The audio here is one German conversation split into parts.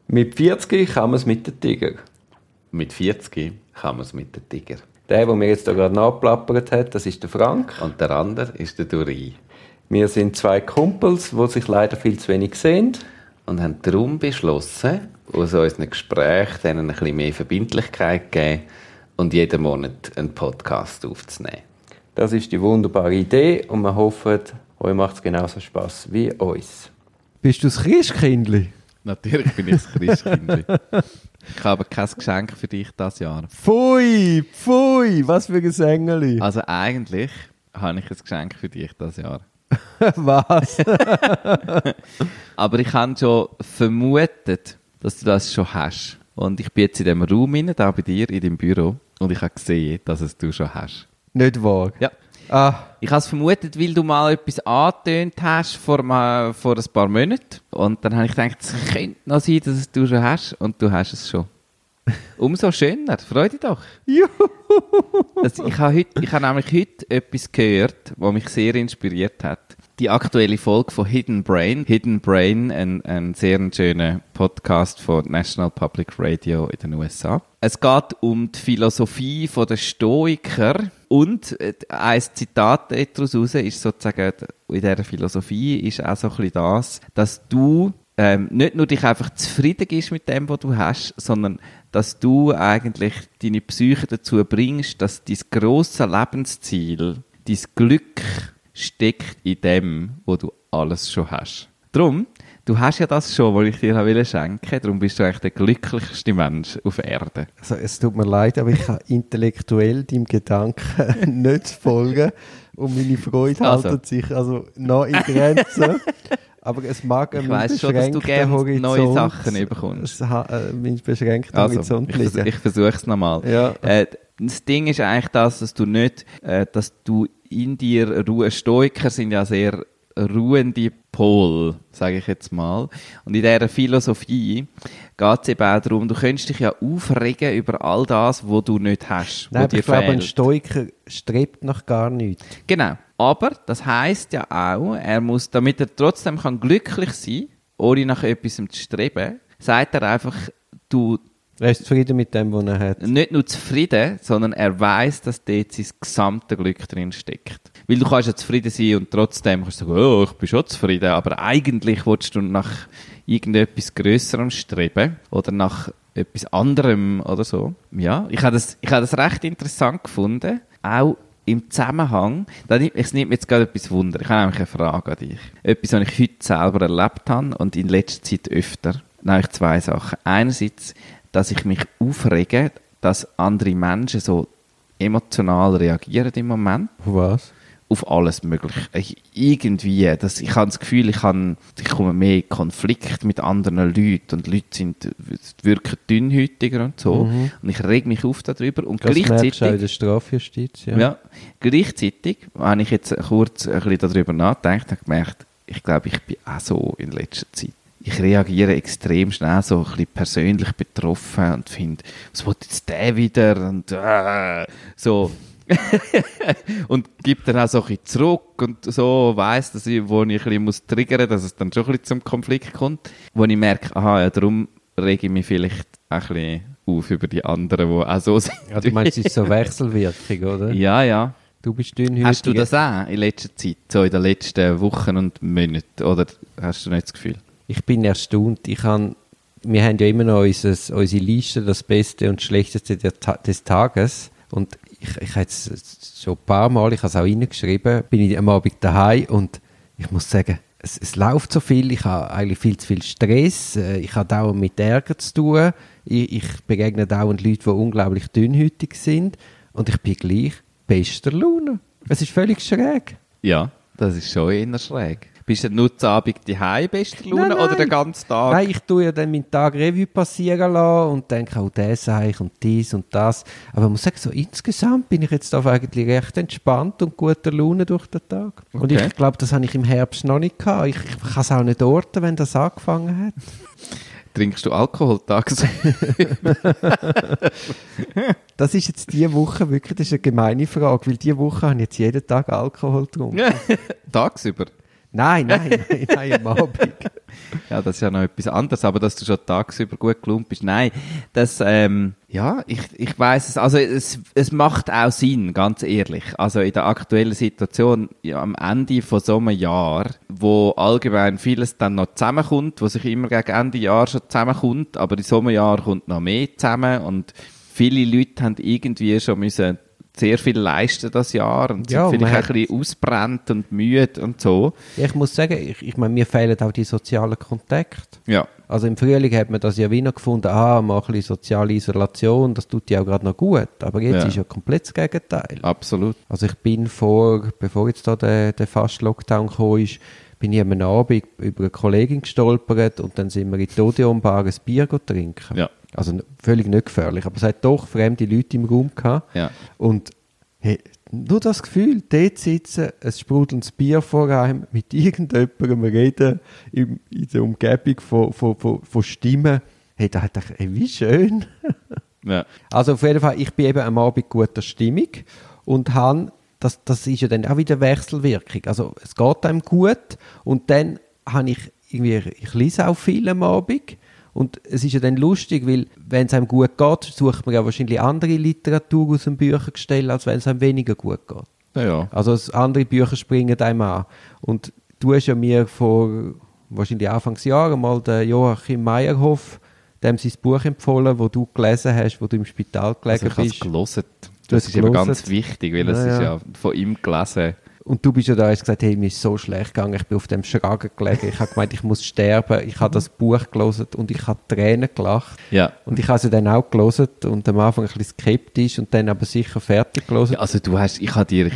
Mit 40 kann man es mit den Tiger. Mit 40 kann man es mit den Tiger. Der mir jetzt da gerade nachplappert hat, das ist der Frank. Und der andere ist der Duri. Wir sind zwei Kumpels, die sich leider viel zu wenig sehen. Und haben darum beschlossen, aus unseren Gesprächen denen ein bisschen mehr Verbindlichkeit zu geben und jeden Monat einen Podcast aufzunehmen. Das ist die wunderbare Idee und wir hoffen, euch macht es genauso Spass wie uns. Bist du das Christkindli? Natürlich bin ich das Christkindli. Ich habe kein Geschenk für dich dieses Jahr. Pfui, pfui, was für ein Sängeli. Also eigentlich habe ich ein Geschenk für dich dieses Jahr. Was? Aber ich habe schon vermutet, dass du das schon hast. Und ich bin jetzt in diesem Raum rein, da bei dir, in deinem Büro. Und ich habe gesehen, dass es du schon hast. Nicht wahr? Ja. Ah, Ich habe es vermutet, weil du mal etwas angetönt hast vor ein paar Monaten. Und dann habe ich gedacht, es könnte noch sein, dass es du schon hast. Und du hast es schon. Umso schöner. Freu dich doch. juhu. Also ich habe nämlich heute etwas gehört, was mich sehr inspiriert hat. Die aktuelle Folge von Hidden Brain. Hidden Brain, ein sehr schöner Podcast von National Public Radio in den USA. Es geht um die Philosophie der Stoiker und ein Zitat daraus ist sozusagen, in dieser Philosophie ist auch so ein bisschen das, dass du nicht nur dich einfach zufrieden gibst mit dem, was du hast, sondern dass du eigentlich deine Psyche dazu bringst, dass dein grosses Lebensziel, dein Glück steckt in dem, wo du alles schon hast. Drum, du hast ja das schon, was ich dir schenken wollte, darum bist du eigentlich der glücklichste Mensch auf Erden. Also, es tut mir leid, aber ich kann intellektuell deinem Gedanken nicht folgen und meine Freude Also. haltet sich also noch in Grenzen. Aber es mag Ich weiss schon, dass du gerne neue Sachen bekommst. Mein beschränkter Also, Horizont liegen. ich versuche es nochmal. Ja. Das Ding ist eigentlich das, dass du nicht, dass du in dir Ruhe, Stoiker sind ja sehr ruhende Pol, sage ich jetzt mal. Und in dieser Philosophie geht es eben auch darum, du könntest dich ja aufregen über all das, was du nicht hast, Nein, was aber dir ich glaube, ein fehlt. Stoiker strebt nach gar nichts. Genau. Aber das heisst ja auch, er muss, damit er trotzdem glücklich sein kann, ohne nach etwas zu streben, sagt er einfach, du Er ist zufrieden mit dem, was er hat. nicht nur zufrieden, sondern er weiss, dass dort sein gesamtes Glück drin steckt. Weil du kannst ja zufrieden sein und trotzdem kannst du sagen, oh, ich bin schon zufrieden, aber eigentlich willst du nach irgendetwas Grösserem streben oder nach etwas anderem oder so. Ja, ich habe das recht interessant gefunden, auch im Zusammenhang, es nimmt mir jetzt gerade etwas Wunder. Ich habe nämlich eine Frage an dich. Etwas, was ich heute selber erlebt habe und in letzter Zeit öfter. Nämlich zwei Sachen. Einerseits, dass ich mich aufrege, dass andere Menschen so emotional reagieren im Moment. Auf was? Auf alles Mögliche. Ich habe das Gefühl, ich komme mehr in Konflikt mit anderen Leuten und Leute wirken dünnhäutiger und so. Mhm. Und ich reg mich auf darüber. Und Das merkst gleichzeitig... du auch in der Strafjustiz, ja. Ja, gleichzeitig habe ich jetzt kurz ein bisschen darüber nachgedacht und gemerkt, ich glaube, ich bin auch so in letzter Zeit. Ich reagiere extrem schnell so ein bisschen persönlich betroffen und finde, was will jetzt der wieder? Und so. Und gibt dann auch so ein bisschen zurück und so weiss, dass wo ich ein bisschen triggern muss, dass es dann schon ein bisschen zum Konflikt kommt. Wo ich merke, aha, ja, darum rege ich mich vielleicht auch ein bisschen auf über die anderen, die auch so sind. Ja, du meinst, es ist so Wechselwirkung, oder? Ja, ja. Du bist dünnhäutig. Hast du das auch in letzter Zeit, so in den letzten Wochen und Monaten, oder hast du nicht das Gefühl? Ich bin erstaunt. Wir haben ja immer noch unsere Liste, das Beste und Schlechteste des Tages. Und ich habe jetzt schon ein paar Mal, ich habe es auch reingeschrieben, bin ich am Abend daheim und ich muss sagen, es läuft so viel, ich habe eigentlich viel zu viel Stress, ich habe dauernd mit Ärger zu tun, ich begegne dauernd Leute, die unglaublich dünnhäutig sind und ich bin gleich bester Laune. Es ist völlig schräg. Ja, das ist schon eher schräg. Bist du nur zu Abend daheim bester Laune oder den ganzen Tag? Nein, ich tue ja dann meinen Tag Revue passieren lassen und denke auch das eigentlich und dies und das. Aber ich muss sagen, so insgesamt bin ich jetzt eigentlich recht entspannt und guter Laune durch den Tag. Okay. Und ich glaube, das habe ich im Herbst noch nicht gehabt. Ich kann es auch nicht orten, wenn das angefangen hat. Trinkst du Alkohol tagsüber? Das ist jetzt diese Woche wirklich, das ist eine gemeine Frage, weil diese Woche habe ich jetzt jeden Tag Alkohol getrunken. Tagsüber? Nein, am Abend. Ja, das ist ja noch etwas anderes, aber dass du schon tagsüber gut gelaunt bist. Nein, das, ja, ich weiss es, also es macht auch Sinn, ganz ehrlich. Also in der aktuellen Situation, ja, am Ende von so einem Jahr, wo allgemein vieles dann noch zusammenkommt, wo sich immer gegen Ende Jahr schon zusammenkommt, aber in so einem Jahr kommt noch mehr zusammen und viele Leute haben irgendwie schon müssen sehr viel leisten das Jahr und sind vielleicht auch ein bisschen ausbrennt und müde und so. Ja, ich muss sagen, ich meine, mir fehlen auch die sozialen Kontakte. Ja. Also im Frühling hat man das ja wie noch gefunden, mal ein bisschen soziale Isolation, das tut ja auch gerade noch gut. Aber jetzt ist ja komplett das Gegenteil. Absolut. Also ich bin bevor jetzt da der Fast-Lockdown gekommen ist, bin ich am Abend über eine Kollegin gestolpert und dann sind wir in die Odeon-Bar ein Bier trinken. Ja. Also völlig nicht gefährlich, aber es hat doch fremde Leute im Raum gehabt. Ja. Und hey, nur das Gefühl, dort sitzen, ein sprudelndes Bier vor einem, mit irgendjemandem reden, in der Umgebung von Stimmen. Hey, da hat ich, hey, wie schön. Ja. Also auf jeden Fall, ich bin eben am Abend guter Stimmung und habe, das ist ja dann auch wieder Wechselwirkung. Also es geht einem gut und dann habe ich lese auch viel am Abend. Und es ist ja dann lustig, weil wenn es einem gut geht, sucht man ja wahrscheinlich andere Literatur aus dem Büchergestell, als wenn es einem weniger gut geht. Ja. Also andere Bücher springen einem an. Und du hast ja mir vor wahrscheinlich Anfangsjahr mal den Joachim Meyerhoff, dem sein Buch empfohlen, das du gelesen hast, wo du im Spital gelegen bist. Ich habe es gelesen. Das ist eben ganz wichtig, weil es ist ja von ihm gelesen. Und du bist ja da, hast gesagt, hey, mir ist so schlecht gegangen, ich bin auf dem Schragen gelegen, ich habe gemeint, ich muss sterben, ich habe das Buch gelesen und ich habe Tränen gelacht. Ja. Und ich habe es dann auch gelesen und am Anfang ein bisschen skeptisch und dann aber sicher fertig gelesen. Ja, also ich habe dir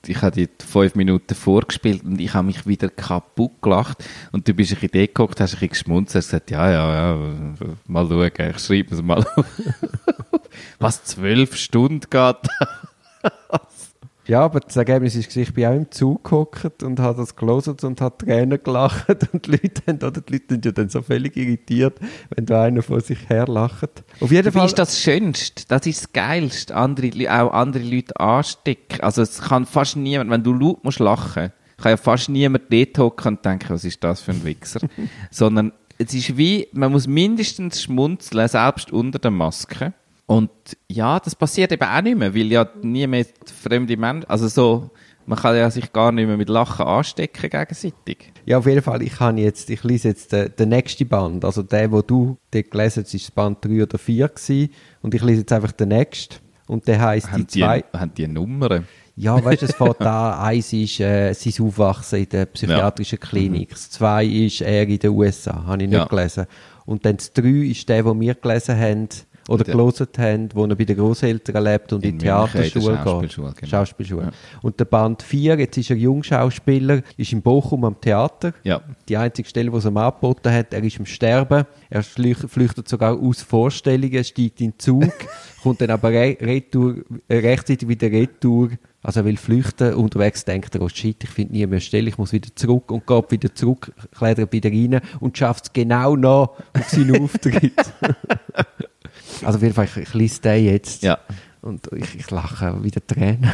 5 Minuten vorgespielt und ich habe mich wieder kaputt gelacht und du bist ein bisschen geguckt, hast ein bisschen geschmunzelt, hast gesagt, ja, mal schauen, ich schreibe es mal auf. Was, 12 Stunden geht? Ja, aber das Ergebnis ist, ich bin auch im Zug gehockt und habe das gelesen und habe Tränen gelacht und die Leute sind ja dann so völlig irritiert, wenn da einer vor sich her lacht. Auf jeden Fall ist das Schönste, das ist das Geilste, auch andere Leute anstecken. Also es kann fast niemand, wenn du laut musst lachen, kann ja fast niemand dort hocken und denken, was ist das für ein Wichser? Sondern es ist wie, man muss mindestens schmunzeln, selbst unter der Maske. Und ja, das passiert eben auch nicht mehr, weil ja nie mehr fremde Menschen, also so, man kann ja sich gar nicht mehr mit Lachen anstecken gegenseitig. Ja, auf jeden Fall, ich lese jetzt den nächsten Band, also den, wo du dort gelesen hast, ist Band 3 oder 4 gewesen, und ich lese jetzt einfach den nächsten, und der heisst Haben die Nummern? Ja, weißt du, es fängt an, eins ist sein Aufwachsen in der psychiatrischen Klinik, das 2 ist er in den USA, habe ich nicht gelesen, und dann das 3 ist der, den wir gelesen haben, oder gelesen haben, wo er bei den Grosseltern lebt und in die Theaterschule geht. Genau. Schauspielschule. Ja. Und der Band 4, jetzt ist er Jungschauspieler, ist in Bochum am Theater. Ja. Die einzige Stelle, die es ihm angeboten hat, er ist am Sterben. Er flüchtet sogar aus Vorstellungen, steigt in den Zug, kommt dann aber rechtzeitig wieder retour. Also er will flüchten, unterwegs denkt er, oh shit, ich finde nie mehr Stelle, ich muss wieder zurück, und geht wieder zurück, klettert wieder rein und schafft es genau noch auf seinen Auftritt. Also auf jeden Fall, ich lese den jetzt und ich lache wieder Tränen.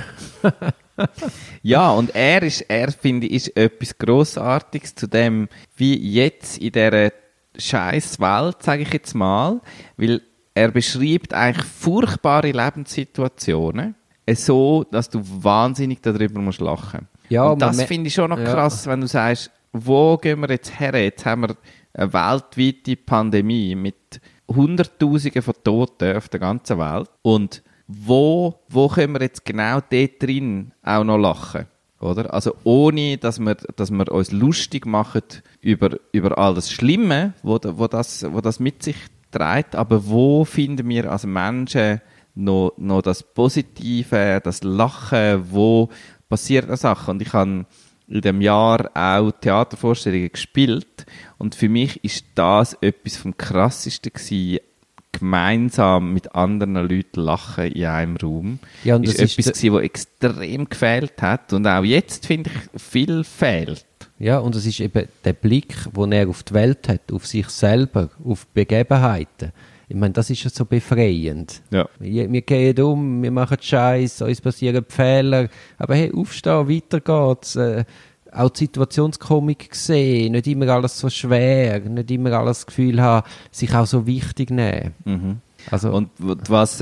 Ja, und er finde ich, ist etwas Grossartiges zu dem, wie jetzt in dieser scheiß Welt, sage ich jetzt mal, weil er beschreibt eigentlich furchtbare Lebenssituationen, so, dass du wahnsinnig darüber musst lachen. Ja, und das finde ich schon noch krass, wenn du sagst, wo gehen wir jetzt her? Jetzt haben wir eine weltweite Pandemie mit Hunderttausenden von Toten auf der ganzen Welt. Und wo können wir jetzt genau dort drin auch noch lachen? Oder? Also ohne, dass wir uns lustig machen über all das Schlimme, wo das mit sich trägt. Aber wo finden wir als Menschen noch das Positive, das Lachen? Wo passieren Sachen? Und ich habe in diesem Jahr auch Theatervorstellungen gespielt. Und für mich ist das etwas vom Krassesten gewesen, gemeinsam mit anderen Leuten lachen in einem Raum. Ja, und das ist etwas gewesen, was extrem gefehlt hat. Und auch jetzt, finde ich, viel fehlt. Ja, und es ist eben der Blick, den er auf die Welt hat, auf sich selber, auf Begebenheiten. Ich meine, das ist ja so befreiend. Ja. Wir gehen um, wir machen Scheiß, uns passieren Fehler, aber hey, aufstehen, weiter geht's. auch die Situationskomik sehen, nicht immer alles so schwer, nicht immer alles das Gefühl haben, sich auch so wichtig nehmen. Mhm. Also, Und was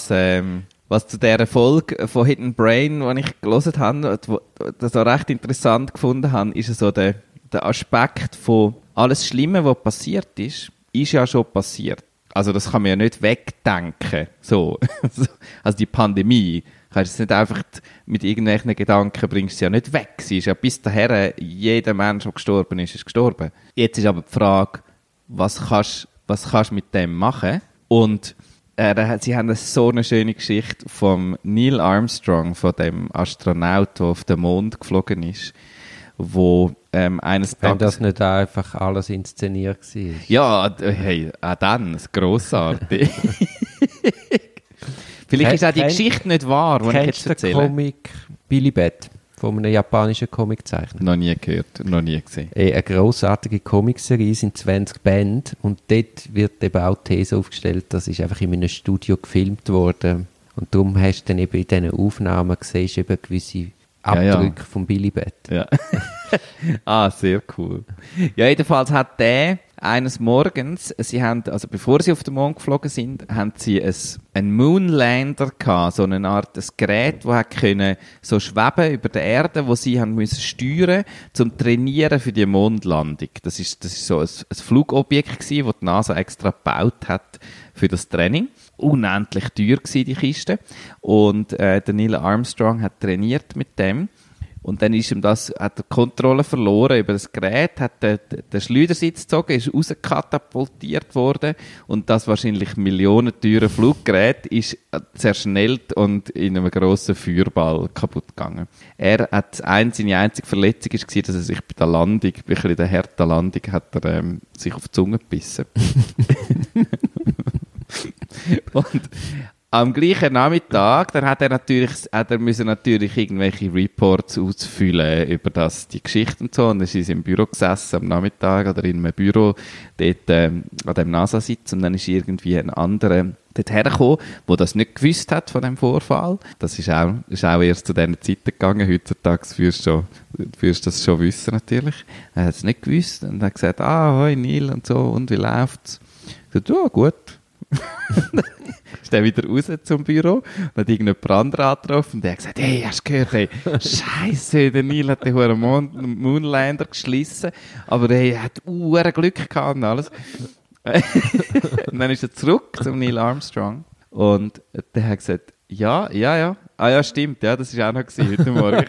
zu dieser Folge von Hidden Brain, die ich gelesen habe, das auch recht interessant gefunden habe, ist so der Aspekt von alles Schlimme, was passiert ist ja schon passiert. Also das kann man ja nicht wegdenken. So. Also die Pandemie, kannst du nicht einfach mit irgendwelchen Gedanken, bringst du sie ja nicht weg. Sie ist ja bis dahin, jeder Mensch, der gestorben ist gestorben. Jetzt ist aber die Frage, was kannst du mit dem machen? Und sie haben so eine schöne Geschichte vom Neil Armstrong, von dem Astronaut, der auf den Mond geflogen ist, wo eines Tages... wenn das nicht einfach alles inszeniert war. Ja, hey, auch dann, das ist grossartig. Vielleicht ist auch die Geschichte nicht wahr, die ich jetzt erzähle. Kennst du den Comic Billy Bat von einem japanischen Comiczeichner? Noch nie gehört, noch nie gesehen. Eine grossartige Comicserie, sind 20 Bände und dort wird eben auch die These aufgestellt, das ist einfach in einem Studio gefilmt worden und darum hast du dann eben in diesen Aufnahmen gesehen, eben gewisse Abdrücke vom Billy Bat. Ja. Sehr cool. Ja, jedenfalls hat der eines Morgens, also bevor sie auf den Mond geflogen sind, haben sie einen Moonlander gehabt, so eine Art ein Gerät, das können so schweben über der Erde, wo sie haben müssen steuern zum Trainieren für die Mondlandung. Das ist so ein Flugobjekt gewesen, das die NASA extra gebaut hat für das Training. Unendlich teuer gewesen, die Kiste. Und der Neil Armstrong hat trainiert mit dem. Und dann hat er die Kontrolle verloren über das Gerät, hat den Schleudersitz gezogen, ist rauskatapultiert worden und das wahrscheinlich millionenteure Fluggerät ist zerschnellt und in einem grossen Feuerball kaputt gegangen. Seine einzige Verletzung war, dass er sich bei der Landung, bei der harten Landung, hat er sich auf die Zunge gebissen. Und am gleichen Nachmittag, dann hat er müssen natürlich irgendwelche Reports ausfüllen über die Geschichte und so. Und dann ist er im Büro gesessen am Nachmittag oder in einem Büro dort an dem NASA-Sitz und dann ist irgendwie ein anderer dort hergekommen, der das nicht gewusst hat von dem Vorfall. Das ist auch erst zu diesen Zeiten gegangen. Heutzutage wirst du das schon wissen natürlich. Er hat es nicht gewusst und hat gesagt, hoi Neil und so, und wie läuft's? Ich sagte, ja, gut. Ist dann wieder raus zum Büro und hat irgendjemand anderen angetroffen und der hat gesagt, hey, hast du gehört, hey, Scheisse, der Neil hat den Moonlander geschlissen, aber hey, er hat Glück gehabt und alles. Und dann ist er zurück zum Neil Armstrong und der hat gesagt, ja. Ja, stimmt, ja, das war auch noch heute Morgen.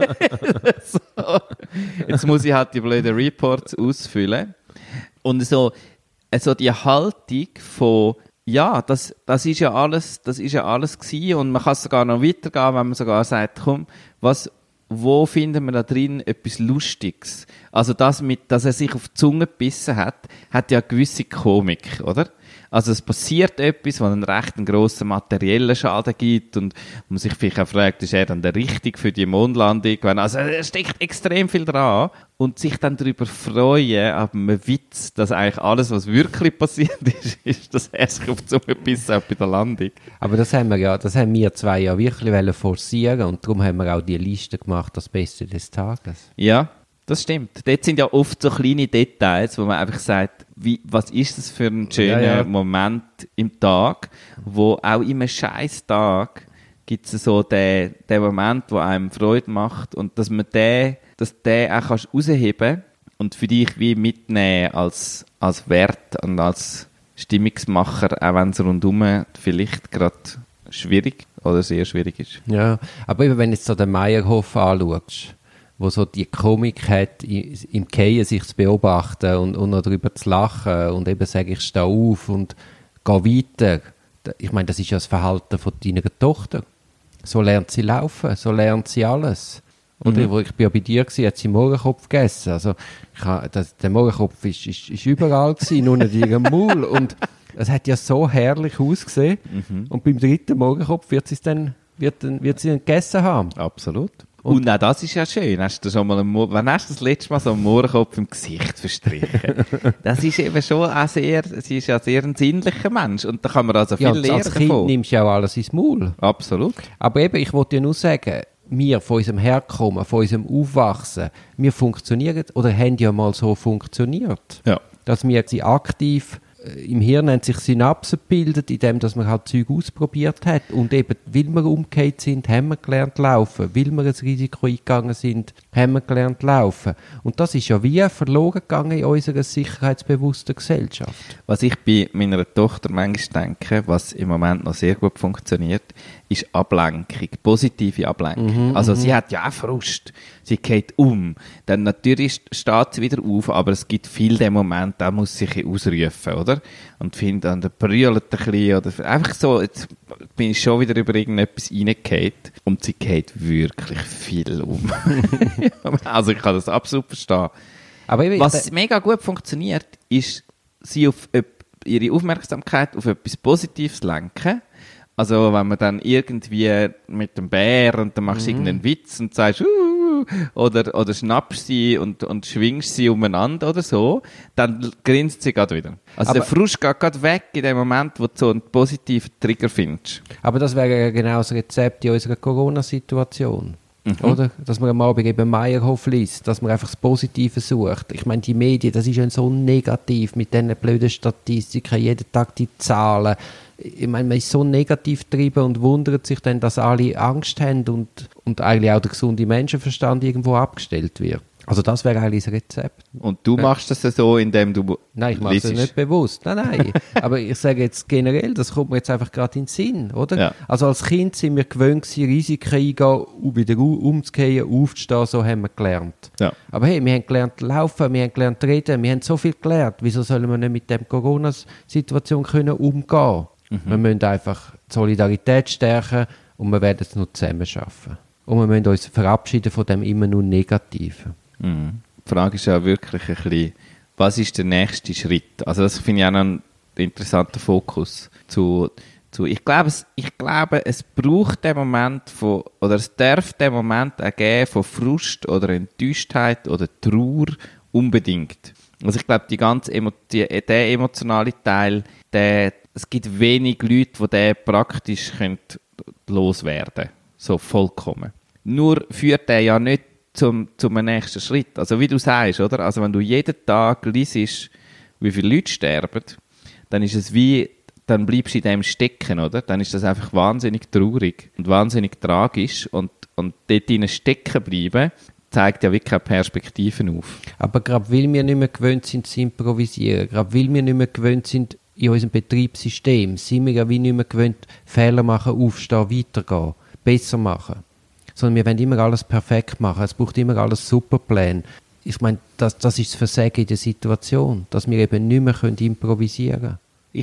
So. Jetzt muss ich halt die blöden Reports ausfüllen. Und so die Haltung von, ja, das ist ja alles gewesen und man kann sogar noch weitergehen, wenn man sogar sagt, komm, wo finden wir da drin etwas Lustiges? Also dass er sich auf die Zunge gebissen hat ja eine gewisse Komik, oder? Also es passiert etwas, was einen recht grossen materiellen Schaden gibt und man sich vielleicht auch fragt, ist er dann der Richtige für die Mondlandung? Also es steckt extrem viel dran und sich dann darüber freuen, ab einem Witz, dass eigentlich alles, was wirklich passiert ist, dass er sich auf die Zunge gebissen hat bei der Landung. Aber das haben wir zwei ja wirklich forcieren und darum haben wir auch die Liste gemacht, das Beste des Tages. Ja. Das stimmt. Dort sind ja oft so kleine Details, wo man einfach sagt, was ist das für ein schöner Moment im Tag, wo auch in einem scheiß Tag gibt es so den Moment, der einem Freude macht und dass man den auch rausheben kannst und für dich wie mitnehmen als Wert und als Stimmungsmacher, auch wenn es rundherum vielleicht gerade schwierig oder sehr schwierig ist. Ja, aber eben, wenn du jetzt so den Meyerhof anschaust, wo so die Komik hat, im Gehen sich zu beobachten und noch darüber zu lachen und eben sagen, ich stehe auf und gehe weiter. Ich meine, das ist ja das Verhalten von deiner Tochter. So lernt sie laufen, so lernt sie alles. Oder wo ich bin ja bei dir gewesen, hat sie Mohrenkopf gegessen. Also der Mohrenkopf ist überall gewesen, nur nicht in ihrem Maul. Und es hat ja so herrlich ausgesehen. Und beim dritten Mohrenkopf wird sie dann gegessen haben. Absolut. Und auch das ist ja schön. Wann hast du das letzte Mal so einen Mohrenkopf im Gesicht verstrichen? Das ist eben schon auch sie ist ja sehr ein sinnlicher Mensch. Und da kann man also viel lernen als Kind nimmst du ja auch alles ins Maul. Absolut. Aber eben, ich wollte dir nur sagen, wir von unserem Herkommen, von unserem Aufwachsen, wir funktionieren oder haben ja mal so funktioniert. Ja. Dass wir sie aktiv im Hirn haben sich Synapsen gebildet, indem dass man halt Zeug ausprobiert hat. Und eben, weil wir umgekehrt sind, haben wir gelernt laufen. Weil wir ein Risiko eingegangen sind, haben wir gelernt laufen. Und das ist ja wie verloren gegangen in unserer sicherheitsbewussten Gesellschaft. Was ich bei meiner Tochter manchmal denke, was im Moment noch sehr gut funktioniert, ist Ablenkung, positive Ablenkung. Also sie hat ja auch Frust, sie geht um. Dann natürlich steht sie wieder auf, aber es gibt viel den Moment, da muss sie sich ausrufen, oder? Und findet dann, der brüllt ein bisschen, oder einfach so, jetzt bin ich schon wieder über irgendetwas reingefallen und sie geht wirklich viel um. Also ich kann das absolut verstehen. Aber was mega gut funktioniert, ist, sie auf ihre Aufmerksamkeit auf etwas Positives lenken. Also wenn man dann irgendwie mit dem Bär und dann machst du irgendeinen Witz und sagst oder schnappst sie und schwingst sie umeinander oder so, dann grinst sie gerade wieder. Also aber der Frust geht gerade weg in dem Moment, wo du so einen positiven Trigger findest. Aber das wäre ja genau das Rezept in unserer Corona-Situation. Oder? Dass man am Abend eben Meierhof liest, dass man einfach das Positive sucht. Ich meine, die Medien, das ist ja so negativ mit diesen blöden Statistiken, jeden Tag die Zahlen. Ich meine, man ist so negativ getrieben und wundert sich dann, dass alle Angst haben und eigentlich auch der gesunde Menschenverstand irgendwo abgestellt wird. Also das wäre eigentlich das Rezept. Und du machst das so, indem du Nein, ich mache das nicht bewusst. Nein. Aber ich sage jetzt generell, das kommt mir jetzt einfach gerade in den Sinn, oder? Ja. Also als Kind sind wir gewöhnt gewesen, Risiken eingehen, wieder umzugehen, aufzustehen, so haben wir gelernt. Ja. Aber hey, wir haben gelernt laufen, wir haben gelernt reden, wir haben so viel gelernt. Wieso sollen wir nicht mit der Corona-Situation umgehen? Wir müssen einfach die Solidarität stärken und wir werden es nur zusammen schaffen. Und wir müssen uns verabschieden von dem immer nur Negativen. Die Frage ist ja wirklich ein bisschen, was ist der nächste Schritt? Also das finde ich auch noch einen interessanten Fokus ich glaube, es braucht den Moment oder es darf den Moment auch geben von Frust oder Enttäuschtheit oder Trauer unbedingt. Also ich glaube, der emotionale Teil, es gibt wenig Leute, die den praktisch loswerden können. So vollkommen. Nur führt der ja nicht zum nächsten Schritt. Also wie du sagst, oder? Also wenn du jeden Tag liest, wie viele Leute sterben, dann ist es dann bleibst du in dem stecken, oder? Dann ist das einfach wahnsinnig traurig und wahnsinnig tragisch und dort drinnen stecken bleiben, zeigt ja wirklich keine Perspektiven auf. Aber gerade weil wir nicht mehr gewöhnt sind zu improvisieren, gerade weil wir nicht mehr gewöhnt sind in unserem Betriebssystem, sind wir ja wie nicht mehr gewöhnt, Fehler machen, aufstehen, weitergehen, besser machen. Sondern wir wollen immer alles perfekt machen, es braucht immer alles Superpläne. Ich meine, das ist das Versagen in der Situation, dass wir eben nicht mehr improvisieren können.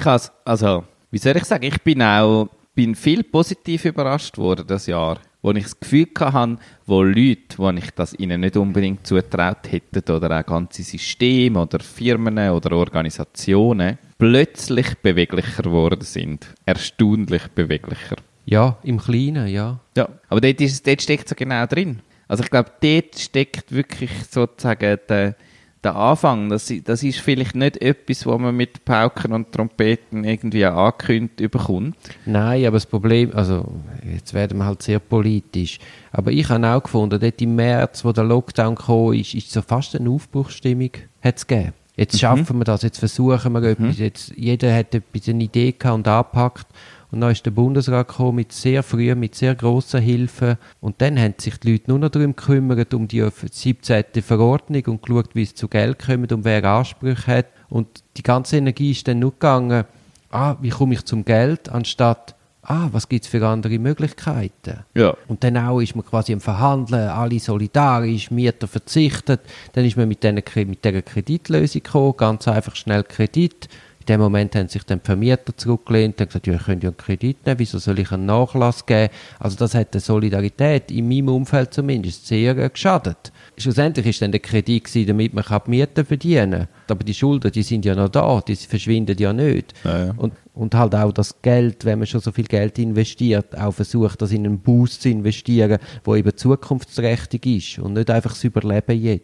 Wie soll ich sagen, ich bin viel positiv überrascht worden das Jahr, wo ich das Gefühl hatte, wo Leute, wo ich das ihnen nicht unbedingt zutraut hätte, oder auch ganze Systeme oder Firmen oder Organisationen, plötzlich beweglicher geworden sind. Erstaunlich beweglicher. Ja, im Kleinen, ja. Ja, aber dort steckt es ja genau drin. Also ich glaube, dort steckt wirklich sozusagen der Anfang. Das ist vielleicht nicht etwas, was man mit Pauken und Trompeten irgendwie angekündigt bekommt. Nein, aber das Problem, also jetzt werden wir halt sehr politisch, aber ich habe auch gefunden, dort im März, wo der Lockdown kam, ist so fast eine Aufbruchsstimmung hat's gegeben. Jetzt schaffen wir das, jetzt versuchen wir etwas, jetzt, jeder hat eine Idee gehabt und angepackt. Und dann ist der Bundesrat gekommen mit sehr grossen Hilfen. Und dann haben sich die Leute nur noch darum gekümmert, um die 17. Verordnung und geschaut, wie es zu Geld kommt und wer Ansprüche hat. Und die ganze Energie ist dann nur gegangen, wie komme ich zum Geld, anstatt, was gibt es für andere Möglichkeiten? Ja. Und dann auch ist man quasi am Verhandeln, alle solidarisch, Mieter verzichtet. Dann ist man mit dieser Kreditlösung gekommen, ganz einfach schnell Kredit. In dem Moment haben sich dann die Vermieter zurückgelehnt und gesagt, ja, ich könnte ja einen Kredit nehmen, wieso soll ich einen Nachlass geben? Also das hat der Solidarität in meinem Umfeld zumindest sehr geschadet. Schlussendlich war dann der Kredit gewesen, damit man die Miete verdienen kann. Aber die Schulden, die sind ja noch da, die verschwinden ja nicht. Ja. Und halt auch das Geld, wenn man schon so viel Geld investiert, auch versucht, das in einen Boost zu investieren, der eben zukunftsträchtig ist und nicht einfach das Überleben jetzt.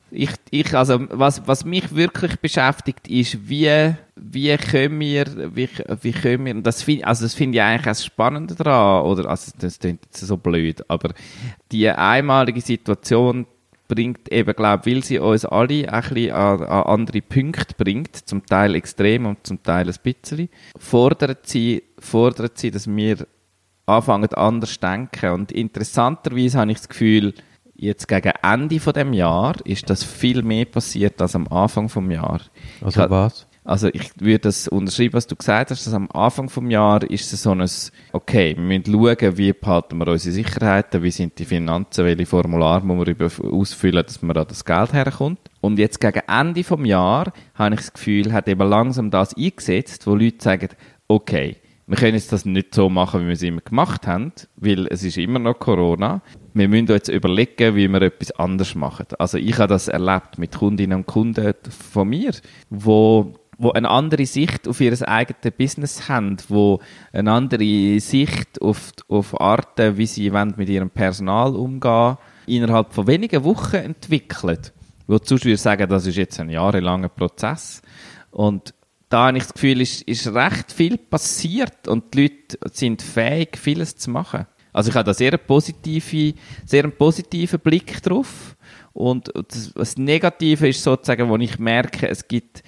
Also, was mich wirklich beschäftigt, ist, wie können wir, und das finde ich eigentlich das Spannende daran, oder, also, das klingt jetzt so blöd, aber die einmalige Situation bringt eben, glaube ich, weil sie uns alle ein bisschen an andere Punkte bringt, zum Teil extrem und zum Teil ein bisschen, fordert sie, dass wir anfangen anders zu denken. Und interessanterweise habe ich das Gefühl, jetzt gegen Ende von dem Jahr ist das viel mehr passiert als am Anfang vom Jahr. Also was? Also ich würde das unterschreiben, was du gesagt hast, dass am Anfang vom Jahr ist es so ein, okay, wir müssen schauen, wie behalten wir unsere Sicherheiten, wie sind die Finanzen, welche Formulare muss man ausfüllen, dass man an das Geld herkommt. Und jetzt gegen Ende vom Jahr habe ich das Gefühl, hat eben langsam das eingesetzt, wo Leute sagen, okay, wir können jetzt das nicht so machen, wie wir es immer gemacht haben, weil es ist immer noch Corona. Wir müssen jetzt überlegen, wie wir etwas anderes machen. Also ich habe das erlebt mit Kundinnen und Kunden von mir, wo eine andere Sicht auf ihr eigenes Business haben, wo eine andere Sicht auf Arten, wie sie mit ihrem Personal umgehen, innerhalb von wenigen Wochen entwickeln. Wo sonst würde ich sagen, das ist jetzt ein jahrelanger Prozess. Und da habe ich das Gefühl, ist recht viel passiert und die Leute sind fähig, vieles zu machen. Also ich habe da sehr einen positiven Blick drauf. Und das Negative ist sozusagen, wo ich merke, es gibt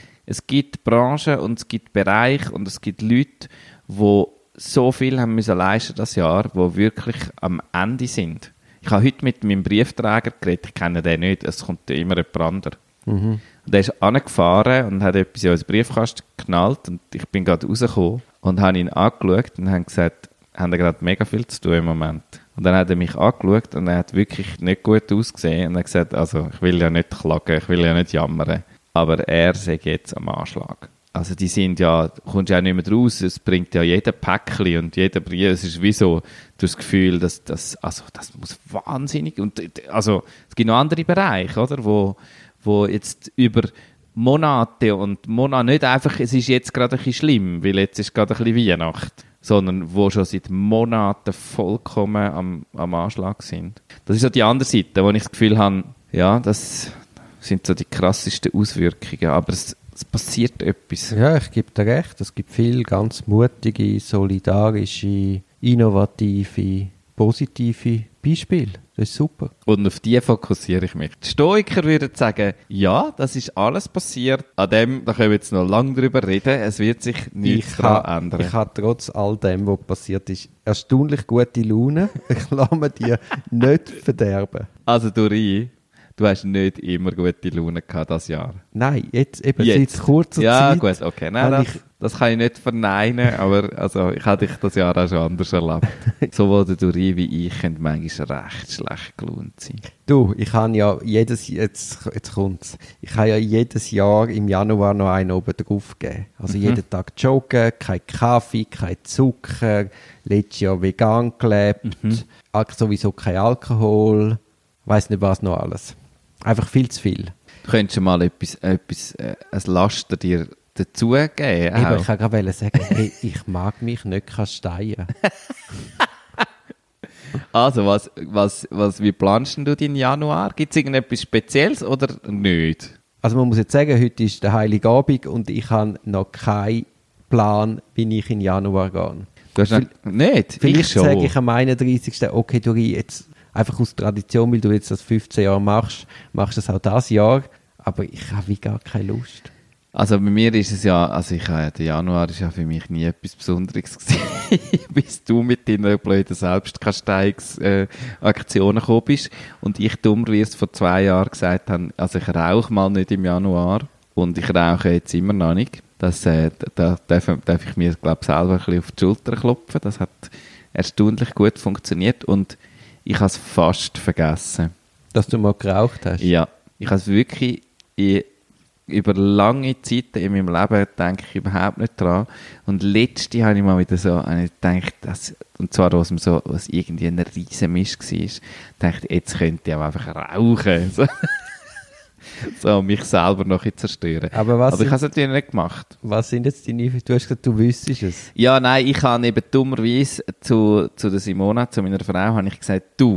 Branchen und es gibt Bereiche und es gibt Leute, die so viel haben müssen leisten das Jahr, die wirklich am Ende sind. Ich habe heute mit meinem Briefträger geredet, ich kenne den nicht, es kommt immer jemand anderes. Mhm. Und er ist angefahren und hat etwas in unseren Briefkasten geknallt und ich bin gerade rausgekommen und habe ihn angeschaut und habe gesagt, haben gerade mega viel zu tun im Moment. Und dann hat er mich angeschaut und er hat wirklich nicht gut ausgesehen und er hat gesagt, also ich will ja nicht klagen, ich will ja nicht jammern, aber er sei jetzt am Anschlag. Also die sind ja, du kommst ja auch nicht mehr raus, es bringt ja jeder Päckchen und jeder Brief, es ist wie so, du hast das Gefühl, dass das muss wahnsinnig, und also es gibt noch andere Bereiche, oder, wo jetzt über Monate nicht einfach, es ist jetzt gerade ein bisschen schlimm, weil jetzt ist gerade ein bisschen Weihnacht, sondern wo schon seit Monaten vollkommen am Anschlag sind. Das ist so die andere Seite, wo ich das Gefühl habe, ja, das sind so die krassesten Auswirkungen, aber es passiert etwas. Ja, ich gebe dir recht, es gibt viele ganz mutige, solidarische, innovative, positive Beispiele. Das ist super. Und auf die fokussiere ich mich. Die Stoiker würden sagen, ja, das ist alles passiert. An dem, da können wir jetzt noch lange drüber reden. Es wird sich nichts daran ändern. Ich habe trotz all dem, was passiert ist, erstaunlich gute Laune. Ich lasse mir die nicht verderben. Also, Dori, du hast nicht immer gute Laune gehabt dieses Jahr. Nein, jetzt seit kurzer Zeit. Ja, gut, okay. Nein, das kann ich nicht verneinen, aber also, ich habe dich das Jahr auch schon anders erlebt. Sowohl der Dori wie ich können manchmal recht schlecht gelaunt sein. Du, ich habe ja jetzt kommt's. Ich habe ja jedes Jahr im Januar noch einen oben drauf gegeben. Also jeden Tag joggen, kein Kaffee, kein Zucker, letztes Jahr vegan gelebt, sowieso kein Alkohol, weiss nicht was noch alles. Einfach viel zu viel. Du könntest schon mal ein Laster dir dazugeben. Ich kann gerade sagen, hey, ich mag mich nicht kasteien. Also, wie planst du deinen Januar? Gibt es irgendetwas Spezielles oder nicht? Also man muss jetzt sagen, heute ist der Heiligabend und ich habe noch keinen Plan, wie ich in Januar gehe. Du hast nicht? Vielleicht sage ich am 31. okay, Dori, jetzt einfach aus Tradition, weil du jetzt das 15 Jahre machst das auch dieses Jahr, aber ich habe wie gar keine Lust. Also bei mir ist es ja, also der Januar ist ja für mich nie etwas Besonderes gewesen, bis du mit deiner blöden Selbstkasteigungsaktionen gekommen bist und ich dummerweise vor 2 Jahren gesagt habe, also ich rauche mal nicht im Januar und ich rauche jetzt immer noch nicht. Da darf ich mir, glaube ich, selber ein bisschen auf die Schulter klopfen. Das hat erstaunlich gut funktioniert und ich habe es fast vergessen. Dass du mal geraucht hast? Ja, ich habe es wirklich über lange Zeiten in meinem Leben denke ich überhaupt nicht dran. Und letzte habe ich mal wieder so gedacht, und zwar, was irgendwie ein riesen Mist war, dachte ich, jetzt könnte ich auch einfach rauchen. So mich selber noch zerstören. Aber ich habe es natürlich nicht gemacht. Was sind jetzt deine... Du hast gesagt, du wüsstest es. Ja, nein, ich habe eben dummerweise zu der Simona, zu meiner Frau, habe ich gesagt, du,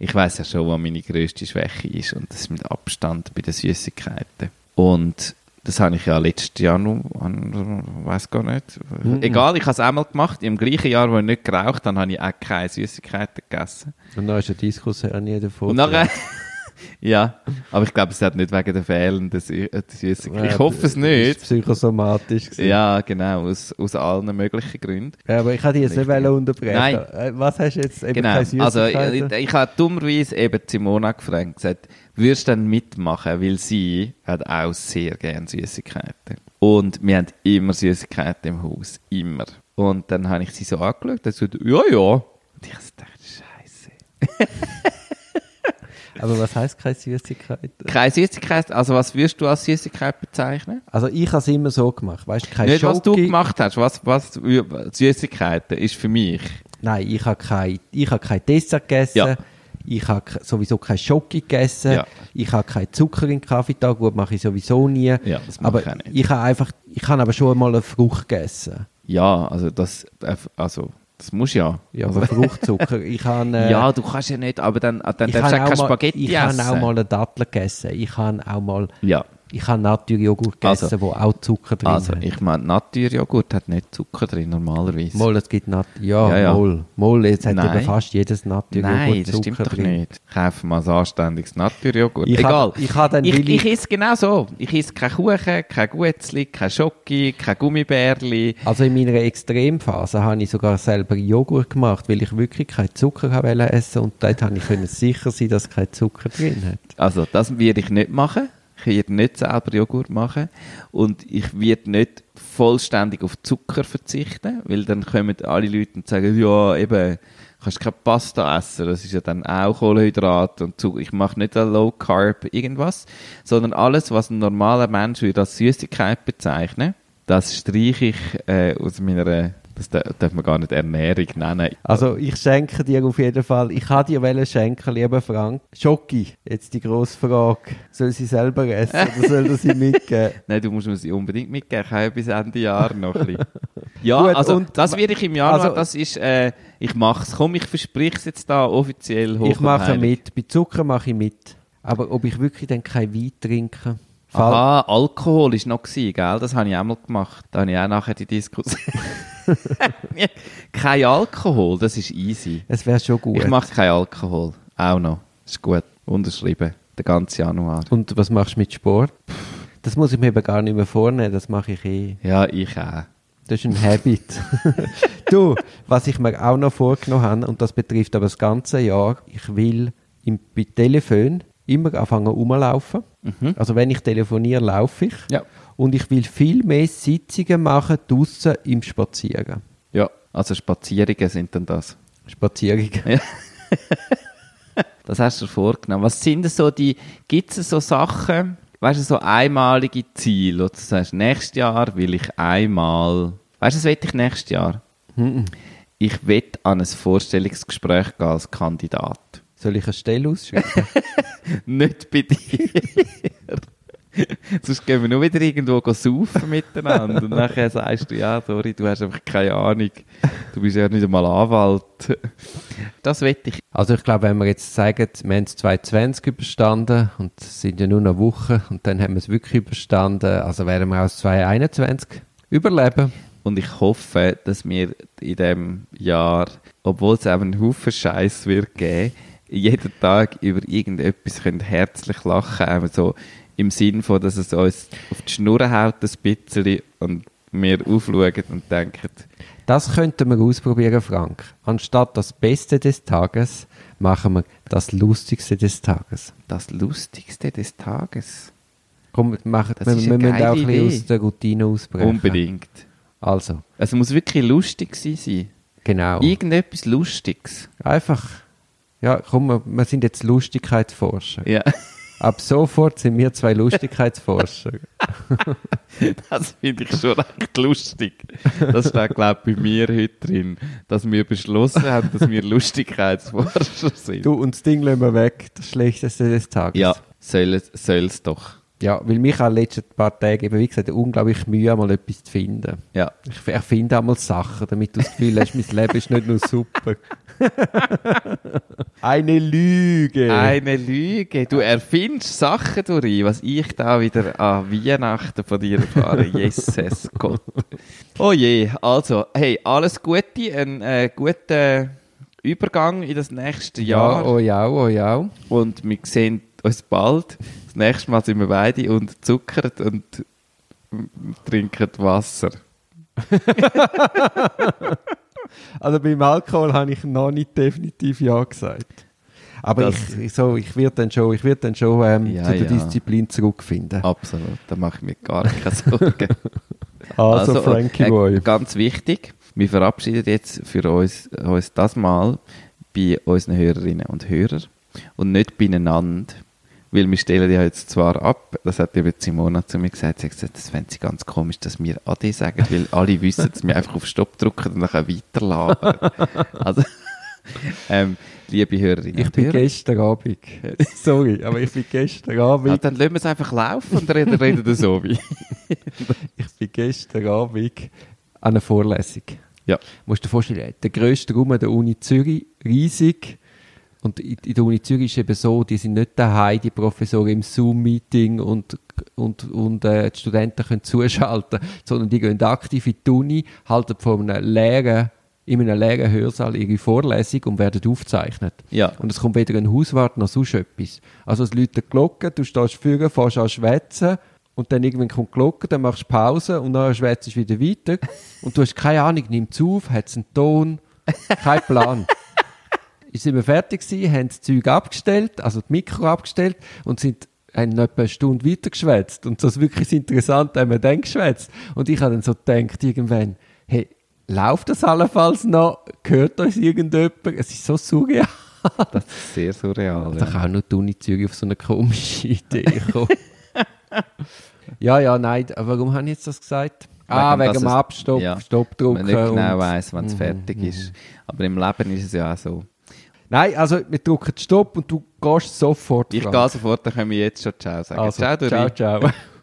Ich weiss ja schon, was meine grösste Schwäche ist und das ist mit Abstand bei den Süßigkeiten. Und das habe ich ja letztes Jahr noch, weiss gar nicht. Egal, ich habe es einmal gemacht. Im gleichen Jahr, wo ich nicht geraucht habe, habe ich auch keine Süßigkeiten gegessen. Und dann ist der Diskus ja nie davon. Und nachher, ja, aber ich glaube, es hat nicht wegen der fehlenden Süßigkeiten. Ich hoffe es nicht. Das war psychosomatisch. Ja, genau, aus allen möglichen Gründen. Ja, aber ich wollte dich jetzt nicht unterbrechen. Nein. Was hast du jetzt? Eben Genau, keine Süßigkeiten? also ich habe dummerweise eben Simona gefragt und gesagt, würdest du dann mitmachen, weil sie hat auch sehr gerne Süßigkeiten. Und wir haben immer Süßigkeiten im Haus, immer. Und dann habe ich sie so angeschaut und gesagt, ja. Und ich dachte, Scheiße. Aber was heisst keine Süßigkeit? Keine Süßigkeit, also was würdest du als Süßigkeit bezeichnen? Also ich habe es immer so gemacht, weißt du, keine Nicht, was du Schoki. gemacht hast, was Süßigkeiten ist für mich. Nein, ich habe kein Dessert gegessen. Ja. Ich habe sowieso kein Schoki gegessen. Ja. Ich habe keinen Zucker in den Kaffee da. Gut, mache ich sowieso nie. Ja, das mache ich auch nicht. Ich habe aber schon mal eine Frucht gegessen. Ja, also das musst du ja. Ja, aber Fruchtzucker. Ich habe, Ja, du kannst ja nicht, aber dann darfst du ja kein Spaghetti ich essen. habe auch mal eine Dattel gegessen. Ich habe auch mal Ja. Naturjoghurt gegessen, Also- wo auch Zucker drin Also, hat. ich meine, Naturjoghurt hat nicht Zucker drin, normalerweise. Mal, es gibt Ja. Mal, jetzt hat Nein. eben fast jedes Naturjoghurt Nein, das Zucker stimmt doch drin. nicht. Kauf mal ein anständiges Naturjoghurt. Ich Egal. hab- ich hab dann ich willig- esse genau so. Ich esse keinen Kuchen, kein Guetzli, kein Schoki, kein Gummibärli. Also in meiner Extremphase habe ich sogar selber Joghurt gemacht, weil ich wirklich keinen Zucker wollte essen und dort habe ich können sicher sein, dass kein Zucker drin hat. Also, das werde ich nicht machen. Ich werde nicht selber Joghurt machen. Und ich werde nicht vollständig auf Zucker verzichten, weil dann kommen alle Leute und sagen, ja, eben, kannst keine Pasta essen, das ist ja dann auch Kohlenhydrat und Zucker. Ich mache nicht ein Low Carb irgendwas, sondern alles, was ein normaler Mensch würde als Süßigkeit bezeichnen, das streiche ich aus meiner, das darf man gar nicht Ernährung nennen. Also ich schenke dir auf jeden Fall, ich kann dir schenken, lieber Frank. Schoki, jetzt die grosse Frage. Soll sie selber essen oder soll er sie mitgeben? Nein, du musst mir sie unbedingt mitgeben. Ich habe ja bis Ende Jahr noch ein bisschen. Ja, Gut, also und- das werde ich im Januar, also- das ist, ich mache es. Komm, ich verspreche es jetzt da offiziell hoch Ich und mache heilig. mit, bei Zucker mache ich mit. Aber ob ich wirklich dann kein Wein trinke? Aha, Alkohol war noch gewesen, gell? Das habe ich auch mal gemacht. Da habe ich auch nachher die Diskussion. Kein Alkohol, das ist easy. Es wäre schon gut. Ich mache keinen Alkohol. Auch noch. Das ist gut. Unterschrieben. Den ganzen Januar. Und was machst du mit Sport? Das muss ich mir eben gar nicht mehr vornehmen, das mache ich eh. Ja, ich auch. Das ist ein Habit. Du, was ich mir auch noch vorgenommen habe, und das betrifft aber das ganze Jahr, ich will bei Telefon immer anfangen rumlaufen. Also wenn ich telefoniere, laufe ich. Ja. Und ich will viel mehr Sitzungen machen draussen im Spazieren. Ja, also Spazierungen sind dann das. Spazierungen. Ja. Das hast du dir vorgenommen. Was sind denn so gibt es so Sachen, weißt du, so einmalige Ziele, oder du sagst, nächstes Jahr will ich einmal, weißt du, was will ich nächstes Jahr? Ich will an ein Vorstellungsgespräch gehen als Kandidat. Soll ich eine Stelle ausschreiben? Nicht bei dir. Sonst gehen wir nur wieder irgendwo saufen miteinander. Und nachher sagst du, ja, sorry, du hast einfach keine Ahnung. Du bist ja nicht einmal Anwalt. Das will ich. Also ich glaube, wenn wir jetzt sagen, wir haben es 2020 überstanden und es sind ja nur noch Wochen und dann haben wir es wirklich überstanden, also werden wir aus 2021 überleben. Und ich hoffe, dass wir in diesem Jahr, obwohl es eben einen Haufen Scheiß wird geben, jeden Tag über irgendetwas können herzlich lachen können. So im Sinn von, dass es uns auf die Schnur haut ein bisschen und wir aufschauen und denken, Das könnten wir ausprobieren, Frank. Anstatt das Beste des Tages machen wir das Lustigste des Tages. das Lustigste des Tages. Komm, Das wir ist eine müssen geile auch ein bisschen Idee. aus der Routine ausbrechen. Unbedingt. Also, Es muss wirklich lustig sein. genau. Irgendetwas Lustiges. Einfach, ja, komm, wir sind jetzt Lustigkeitsforscher. Ja, Ab sofort sind wir zwei Lustigkeitsforscher. das finde ich schon recht lustig. Das steht, glaube ich, bei mir heute drin, dass wir beschlossen haben, dass wir Lustigkeitsforscher sind. Du, und das Ding lassen wir weg, das Schlechteste des Tages. Ja, soll es doch. Ja, weil mich auch in den letzten paar Tagen eben, wie gesagt, unglaublich Mühe, mal etwas zu finden. Ja. Ich erfinde einmal Sachen, damit du das Gefühl hast, mein Leben ist nicht nur super. Eine Lüge. Eine Lüge. Du erfindest Sachen durch, was ich da wieder an Weihnachten von dir erfahre. Jesus Gott. Oh je, also, hey, alles Gute, einen guten Übergang in das nächste Jahr. Ja, oh ja. Und wir sehen uns bald. Das nächste Mal sind wir beide und zuckert und trinken Wasser. Also beim Alkohol habe ich noch nicht definitiv Ja gesagt. Aber ich werde dann schon zu der Disziplin zurückfinden. Absolut, da mache ich mir gar keine Sorgen. Also Frankie Boy. Ganz wichtig, wir verabschieden jetzt für uns das Mal bei unseren Hörerinnen und Hörern und nicht beieinander. Weil wir stellen ja jetzt zwar ab, das hat eben Simona zu mir gesagt, sie hat gesagt, das fände sie ganz komisch, dass wir Ade sagen, weil alle wissen, dass wir einfach auf Stopp drücken und dann weiterlabern. Also, liebe Hörerinnen ich bin gestern Abend, sorry, aber ich bin gestern Abend... Ja, dann lassen wir es einfach laufen und reden so wie. Ich bin gestern Abend an einer Vorlesung. Ja. Musst du dir vorstellen, der grösste Raum der Uni Zürich, riesig. Und in der Uni Zürich ist es eben so, die sind nicht daheim, die Professoren im Zoom-Meeting und die Studenten können zuschalten, sondern die gehen aktiv in die Uni, halten in einem leeren Hörsaal ihre Vorlesung und werden aufgezeichnet. Ja. Und es kommt weder ein Hauswart noch sonst etwas. Also es läutet die Glocke, du stehst vorne, fährst an schwätzen und dann irgendwann kommt die Glocke, dann machst du Pause und dann schwätzt du wieder weiter und du hast keine Ahnung, nimmst es auf, hat es einen Ton, kein Plan. Sind wir fertig gewesen, haben das Zeug abgestellt, also das Mikro abgestellt und haben noch etwa eine Stunde weiter geschwätzt. Und das ist wirklich interessant, haben wir dann geschwätzt. Und ich habe dann so gedacht, irgendwann, hey, läuft das allenfalls noch? Hört uns irgendjemand? Es ist so surreal. Das ist sehr surreal. Da kann auch nur die Uni Zürich auf so eine komische Idee kommen. ja, nein, warum habe ich jetzt das gesagt? Wegen dem Abstopp, ja, Stoppdrucken. Man nicht genau weiss, wann es fertig ist. Aber im Leben ist es ja auch so. Nein, also wir drücken Stopp und du gehst sofort. Ich gehe sofort, dann können wir jetzt schon Ciao sagen. Also, ciao, ciao.